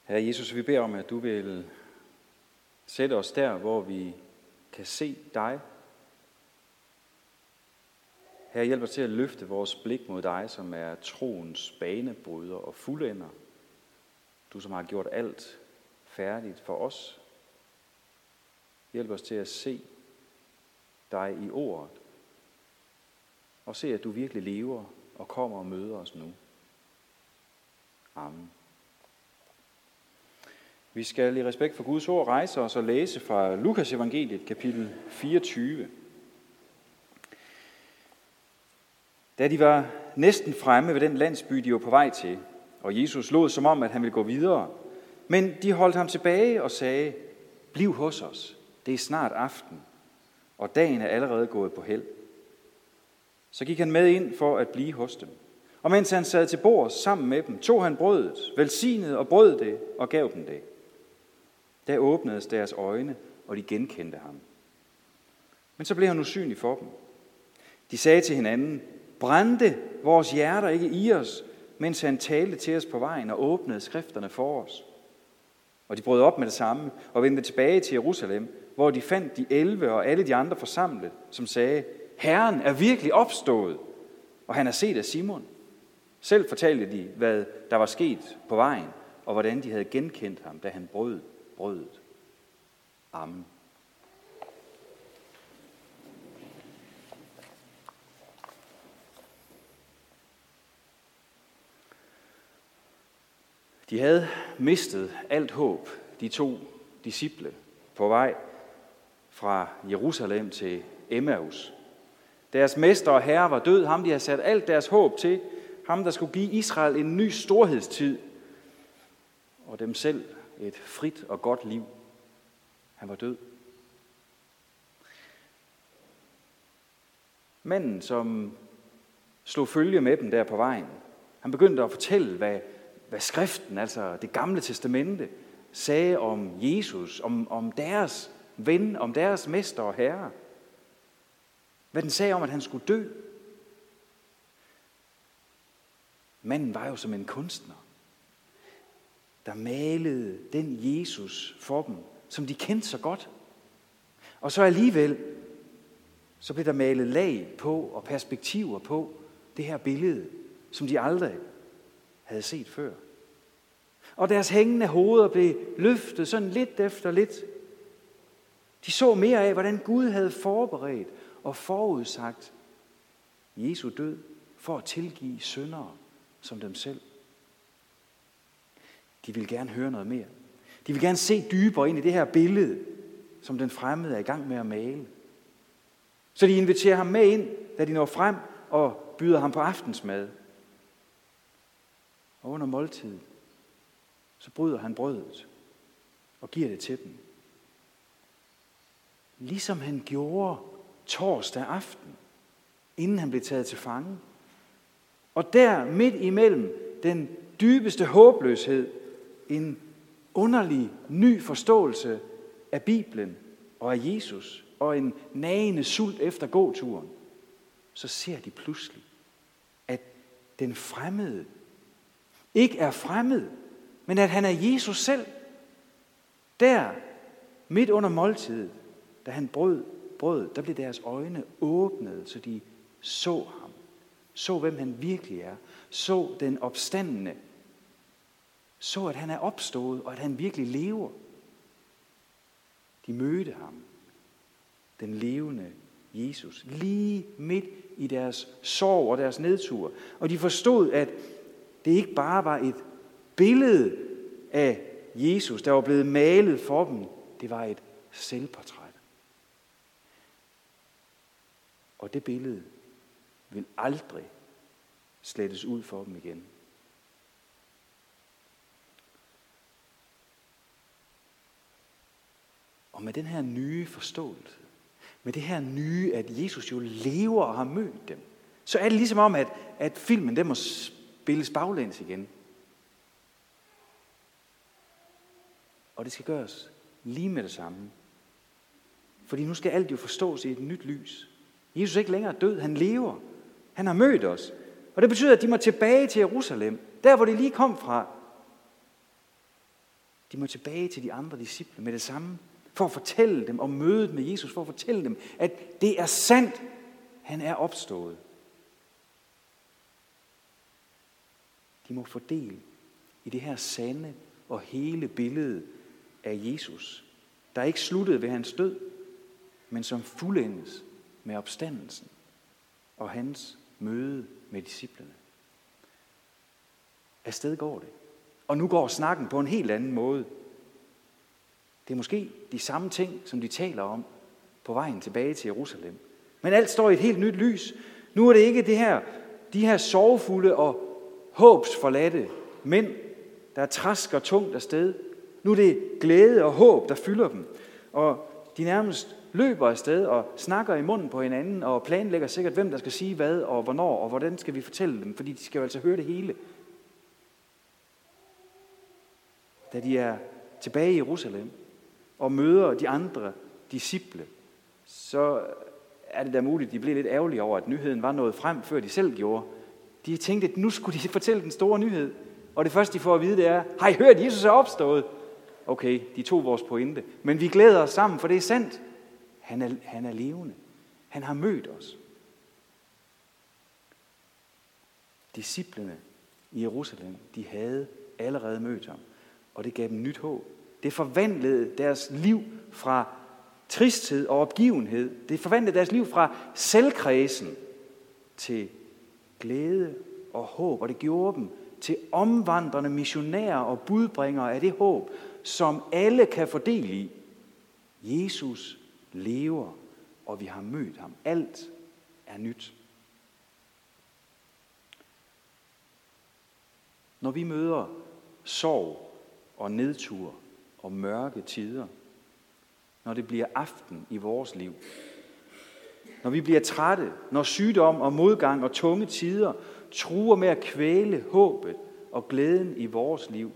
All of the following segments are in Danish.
Herre Jesus, vi beder om, at du vil sætte os der, hvor vi kan se dig. Herre, hjælp os til at løfte vores blik mod dig, som er troens banebryder og fuldender. Du, som har gjort alt færdigt for os. Hjælp os til at se dig i ordet. Og se, at du virkelig lever og kommer og møder os nu. Amen. Vi skal i respekt for Guds ord rejse os og læse fra Lukas evangeliet, kapitel 24. Da de var næsten fremme ved den landsby, de var på vej til, og Jesus lod som om, at han ville gå videre, men de holdt ham tilbage og sagde, bliv hos os, det er snart aften, og dagen er allerede gået på held. Så gik han med ind for at blive hos dem, og mens han sad til bord sammen med dem, tog han brødet, velsignede og brød det og gav dem det. Der åbnedes deres øjne, og de genkendte ham. Men så blev han usynlig for dem. De sagde til hinanden, brændte vores hjerter ikke i os, mens han talte til os på vejen og åbnede skrifterne for os. Og de brød op med det samme og vendte tilbage til Jerusalem, hvor de fandt de 11 og alle de andre forsamlet, som sagde, Herren er virkelig opstået, og han er set af Simon. Selv fortalte de, hvad der var sket på vejen, og hvordan de havde genkendt ham, da han brød brødet. Amen. De havde mistet alt håb, de 2 disciple, på vej fra Jerusalem til Emmaus. Deres mester og herre var død, ham de havde sat alt deres håb til, ham der skulle give Israel en ny storhedstid, og dem selv et frit og godt liv. Han var død. Manden, som slog følge med dem der på vejen, han begyndte at fortælle, hvad skriften, altså det gamle testamente, sagde om Jesus, om deres ven, om deres mester og herre. Hvad den sagde om, at han skulle dø. Manden var jo som en kunstner, der malede den Jesus for dem, som de kendte så godt. Og så alligevel, så blev der malet lag på og perspektiver på det her billede, som de aldrig havde set før. Og deres hængende hoveder blev løftet sådan lidt efter lidt. De så mere af, hvordan Gud havde forberedt og forudsagt Jesu død for at tilgive syndere som dem selv. De ville gerne høre noget mere. De ville gerne se dybere ind i det her billede, som den fremmede er i gang med at male. Så de inviterer ham med ind, da de når frem og byder ham på aftensmad. Og under måltid, så bryder han brødet og giver det til dem. Ligesom han gjorde torsdag aften, inden han blev taget til fange. Og der midt imellem den dybeste håbløshed, en underlig ny forståelse af Bibelen og af Jesus, og en nagende sult efter gåturen, så ser de pludselig, at den fremmede ikke er fremmed, men at han er Jesus selv. Der, midt under måltidet, da han brød brødet, der blev deres øjne åbnet, så de så ham. Så hvem han virkelig er. Så den opstandende. Så at han er opstået, og at han virkelig lever. De mødte ham. Den levende Jesus. Lige midt i deres sorg og deres nedtur. Og de forstod, at det ikke bare var et billede af Jesus, der var blevet malet for dem. Det var et selvportræt. Og det billede vil aldrig slettes ud for dem igen. Og med den her nye forståelse, med det her nye, at Jesus jo lever og har mødt dem, så er det ligesom om, at filmen den må spilles baglæns igen. Og det skal gøres lige med det samme. Fordi nu skal alt jo forstås i et nyt lys. Jesus er ikke længere død, han lever. Han har mødt os. Og det betyder, at de må tilbage til Jerusalem, der hvor de lige kom fra. De må tilbage til de andre disciple med det samme, for at fortælle dem om mødet med Jesus, for at fortælle dem, at det er sandt, han er opstået. De må få del i det her sande og hele billede af Jesus, der ikke sluttede ved hans død, men som fuldendes med opstandelsen og hans møde med disciplene. Afsted går det. Og nu går snakken på en helt anden måde. Det er måske de samme ting, som de taler om på vejen tilbage til Jerusalem. Men alt står i et helt nyt lys. Nu er det ikke de her sorgfulde og håbsforladte mænd, der træsker tungt afsted. Nu er det glæde og håb, der fylder dem. Og de nærmest løber afsted og snakker i munden på hinanden og planlægger sikkert, hvem der skal sige hvad og hvornår og hvordan skal vi fortælle dem, fordi de skal jo altså høre det hele. Da de er tilbage i Jerusalem og møder de andre disciple, så er det da muligt, at de blev lidt ærgerlige over, at nyheden var nået frem, før de selv gjorde. De tænkte, at nu skulle de fortælle den store nyhed. Og det første, de får at vide, det er, har I hørt, at Jesus er opstået? Okay, de tog vores pointe. Men vi glæder os sammen, for det er sandt. Han er levende. Han har mødt os. Disciplene i Jerusalem, de havde allerede mødt ham. Og det gav dem nyt håb. Det forvandlede deres liv fra tristhed og opgivenhed. Det forvandlede deres liv fra selvkredsen til glæde og håb. Og det gjorde dem til omvandrende missionærer og budbringere af det håb, som alle kan få del i. Jesus lever, og vi har mødt ham. Alt er nyt. Når vi møder sorg og nedtur og mørke tider, når det bliver aften i vores liv, når vi bliver trætte, når sygdom og modgang og tunge tider truer med at kvæle håbet og glæden i vores liv.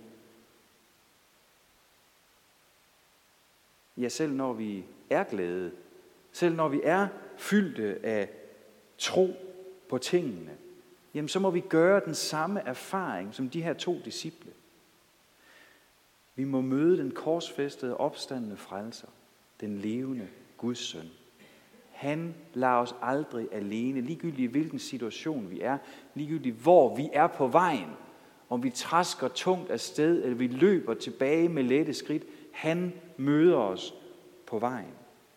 Ja, selv når vi er glade, selv når vi er fyldte af tro på tingene, jamen så må vi gøre den samme erfaring som de her 2 disciple. Vi må møde den korsfæstede, opstandne frelser, den levende Guds søn. Han lader os aldrig alene, ligegyldigt i hvilken situation vi er, ligegyldigt hvor vi er på vejen, om vi træsker tungt afsted, eller vi løber tilbage med lette skridt. Han møder os på vejen.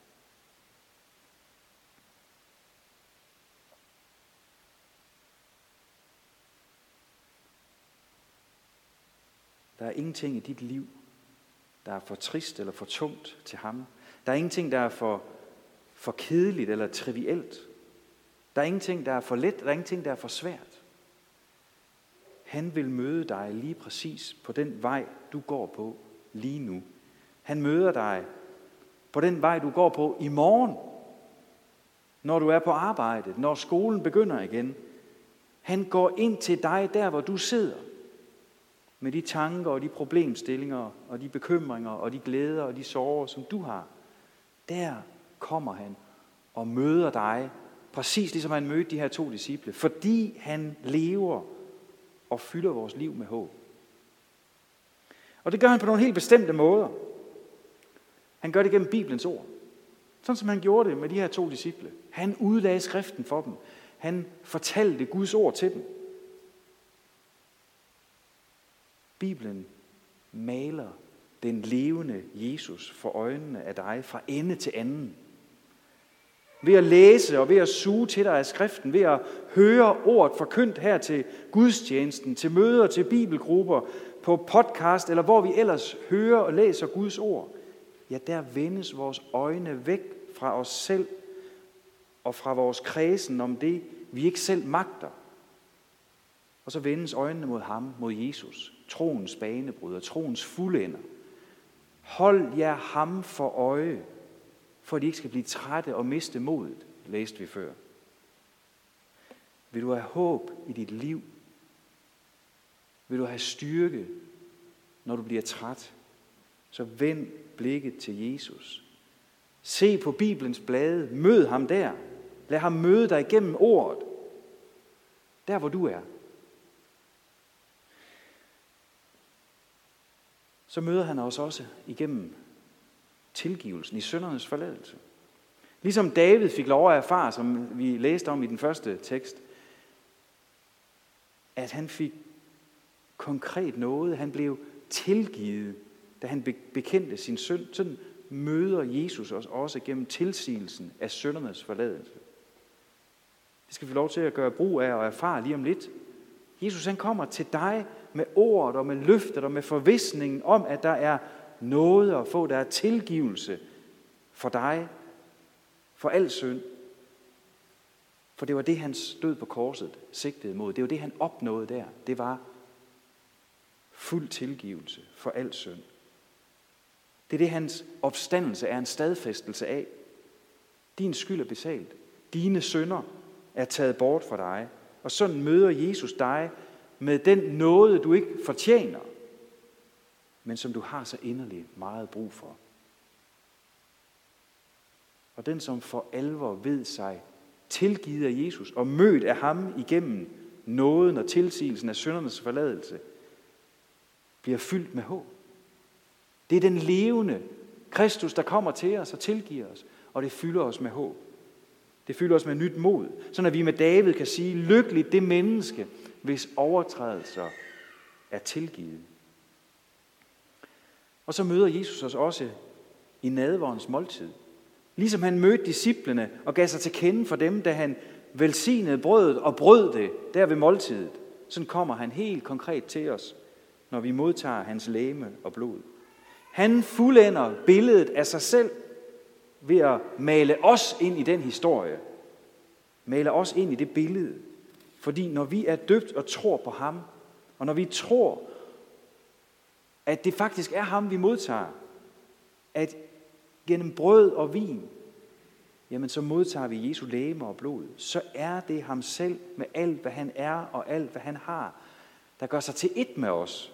Der er ingenting i dit liv, der er for trist eller for tungt til ham. Der er ingenting, der er for kedeligt eller trivielt. Der er ingenting, der er for let, der er ingenting, der er for svært. Han vil møde dig lige præcis på den vej, du går på lige nu. Han møder dig på den vej, du går på i morgen, når du er på arbejde, når skolen begynder igen. Han går ind til dig der, hvor du sidder, med de tanker og de problemstillinger og de bekymringer og de glæder og de sorger, som du har. Der kommer han og møder dig, præcis ligesom han mødte de her 2 disciple, fordi han lever og fylder vores liv med håb. Og det gør han på nogle helt bestemte måder. Han gør det gennem Bibelens ord. Sådan som han gjorde det med de her 2 disciple. Han udlagde skriften for dem. Han fortalte Guds ord til dem. Bibelen maler den levende Jesus for øjnene af dig fra ende til anden. Ved at læse og ved at suge til dig af skriften, ved at høre ordet forkyndt her til gudstjenesten, til møder, til bibelgrupper, på podcast eller hvor vi ellers hører og læser Guds ord, ja, der vendes vores øjne væk fra os selv og fra vores kredsen om det, vi ikke selv magter. Og så vendes øjnene mod ham, mod Jesus, troens banebryder, troens fuldender. Hold jer ham for øje, for at de ikke skal blive trætte og miste modet, læste vi før. Vil du have håb i dit liv? Vil du have styrke, når du bliver træt? Så vend blikket til Jesus. Se på Bibelens blade. Mød ham der. Lad ham møde dig gennem ordet. Der hvor du er. så møder han os også igennem tilgivelsen i syndernes forladelse. Ligesom David fik lov at erfare, som vi læste om i den første tekst, at han fik konkret noget. Han blev tilgivet, da han bekendte sin synd. Sådan møder Jesus os også gennem tilsigelsen af syndernes forladelse. Det skal vi få lov til at gøre brug af og erfare lige om lidt. Jesus han kommer til dig med ordet og med løftet og med forvisningen om, at der er noget at få, der er tilgivelse for dig, for al synd. For det var det, hans død på korset sigtede mod. Det var det, han opnåede der. Det var fuld tilgivelse for al synd. Det er det, hans opstandelse er en stadfæstelse af. Din skyld er betalt. Dine synder er taget bort fra dig. Og sådan møder Jesus dig med den nåde, du ikke fortjener, men som du har så inderligt meget brug for. Og den, som for alvor ved sig tilgivet af Jesus og mødt af ham igennem nåden og tilsigelsen af syndernes forladelse, bliver fyldt med håb. Det er den levende Kristus, der kommer til os og tilgiver os, og det fylder os med håb. Det fylder os med nyt mod, så at vi med David kan sige, lykkeligt det menneske, hvis overtrædelser er tilgivet. Og så møder Jesus os også i nadverens måltid. Ligesom han mødte disciplene og gav sig til kende for dem, da han velsignede brødet og brød det der ved måltidet. Sådan kommer han helt konkret til os, når vi modtager hans legeme og blod. Han fuldender billedet af sig selv ved at male os ind i den historie. Male os ind i det billede. Fordi når vi er døbt og tror på ham, og når vi tror, at det faktisk er ham, vi modtager, at gennem brød og vin, jamen så modtager vi Jesu legeme og blod. Så er det ham selv med alt, hvad han er og alt, hvad han har, der gør sig til ét med os.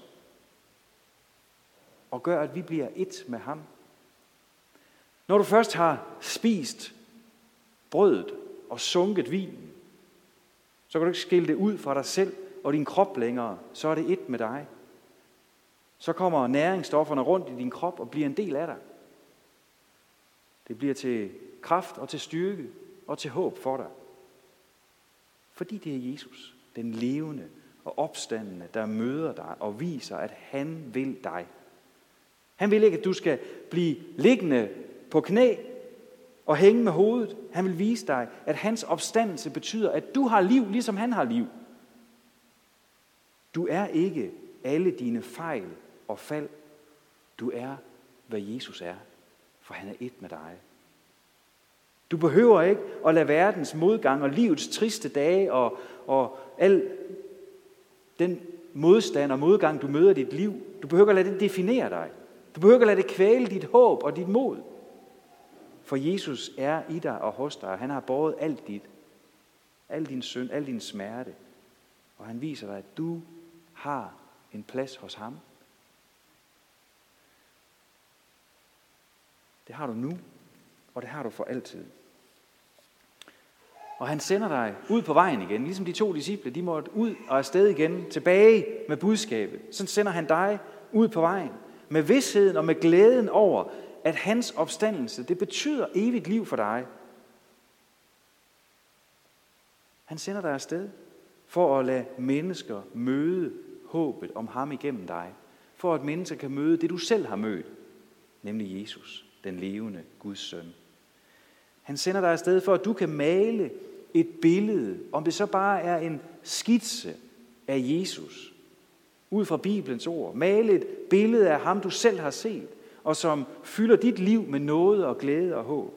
Og gør, at vi bliver ét med ham. Når du først har spist brødet og sunket vinen, så kan du ikke skille det ud fra dig selv og din krop længere. Så er det ét med dig. Så kommer næringsstofferne rundt i din krop og bliver en del af dig. Det bliver til kraft og til styrke og til håb for dig. Fordi det er Jesus, den levende og opstandende, der møder dig og viser, at han vil dig. Han vil ikke, at du skal blive liggende på knæ og hænge med hovedet. Han vil vise dig, at hans opstandelse betyder, at du har liv, ligesom han har liv. Du er ikke alle dine fejl og fald. Du er, hvad Jesus er, for han er ét med dig. Du behøver ikke at lade verdens modgang og livets triste dage og al den modstand og modgang, du møder i dit liv, du behøver ikke at lade det definere dig. Du behøver ikke at lade det kvæle dit håb og dit mod. For Jesus er i dig og hos dig. Han har båret alt dit. Al din synd, al din smerte. Og han viser dig, at du har en plads hos ham. Det har du nu, og det har du for altid. Og han sender dig ud på vejen igen, ligesom de 2 disciple, de måtte ud og afsted igen, tilbage med budskabet. Så sender han dig ud på vejen, med vidsheden og med glæden over, at hans opstandelse, det betyder evigt liv for dig. Han sender dig afsted for at lade mennesker møde håbet om ham igennem dig. For at mennesker kan møde det, du selv har mødt, nemlig Jesus, den levende Guds søn. Han sender dig afsted for, at du kan male et billede, om det så bare er en skitse af Jesus, ud fra Bibelens ord. Male et billede af ham, du selv har set, og som fylder dit liv med nåde og glæde og håb.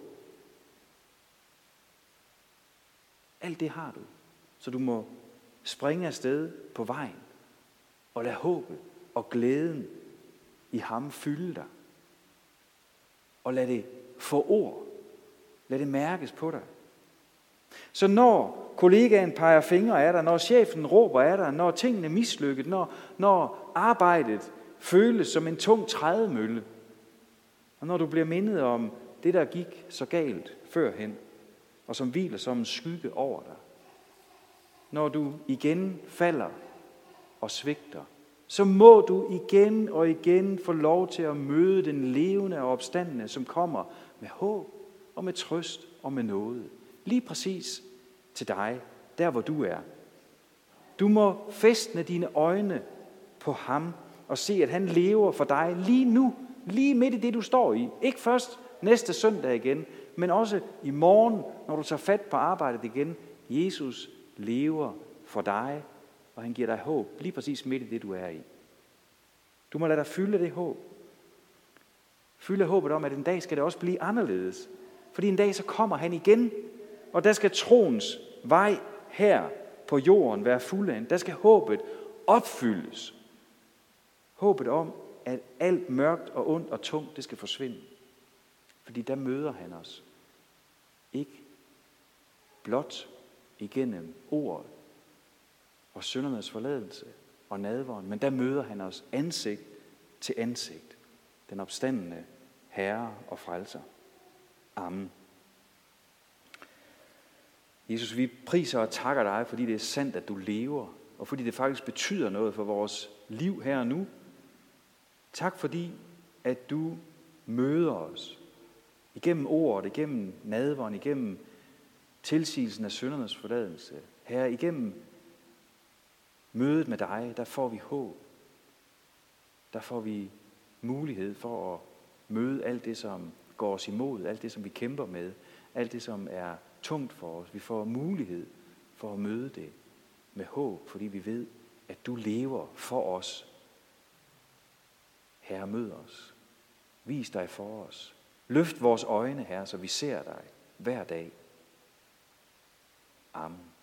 Alt det har du, så du må springe afsted på vejen og lade håbet og glæden i ham fylde dig. Og lad det få ord. Lad det mærkes på dig. Så når kollegaen peger fingre af dig, når chefen råber af dig, når tingene er mislykket, når arbejdet føles som en tung trædemølle, og når du bliver mindet om det, der gik så galt førhen, og som hviler som en skygge over dig, når du igen falder og svigter, så må du igen og igen få lov til at møde den levende og opstandende, som kommer med håb og med trøst og med nåde. Lige præcis til dig, der hvor du er. Du må fæstne dine øjne på ham og se, at han lever for dig lige nu, lige midt i det, du står i. Ikke først næste søndag igen, men også i morgen, når du tager fat på arbejdet igen. Jesus lever for dig, og han giver dig håb lige præcis midt i det, du er i. Du må lade dig fylde det håb. Fylde håbet om, at en dag skal det også blive anderledes. Fordi en dag så kommer han igen, og der skal troens vej her på jorden være fuldendt. Der skal håbet opfyldes. Håbet om, at alt mørkt og ondt og tungt, det skal forsvinde. Fordi der møder han os. Ikke blot igennem ordet og syndernes forladelse og nadveren, men der møder han os ansigt til ansigt. Den opstandende Herre og Frelser. Amen. Jesus, vi priser og takker dig, fordi det er sandt, at du lever, og fordi det faktisk betyder noget for vores liv her og nu. Tak fordi, at du møder os igennem ordet, igennem nadveren, igennem tilsigelsen af syndernes forladelse. Herre, igennem mødet med dig, der får vi håb. Der får vi mulighed for at møde alt det, som går os imod, alt det, som vi kæmper med, alt det, som er tungt for os. Vi får mulighed for at møde det med håb, fordi vi ved, at du lever for os. Herre, mød os. Vis dig for os. Løft vores øjne, Herre, så vi ser dig hver dag. Amen.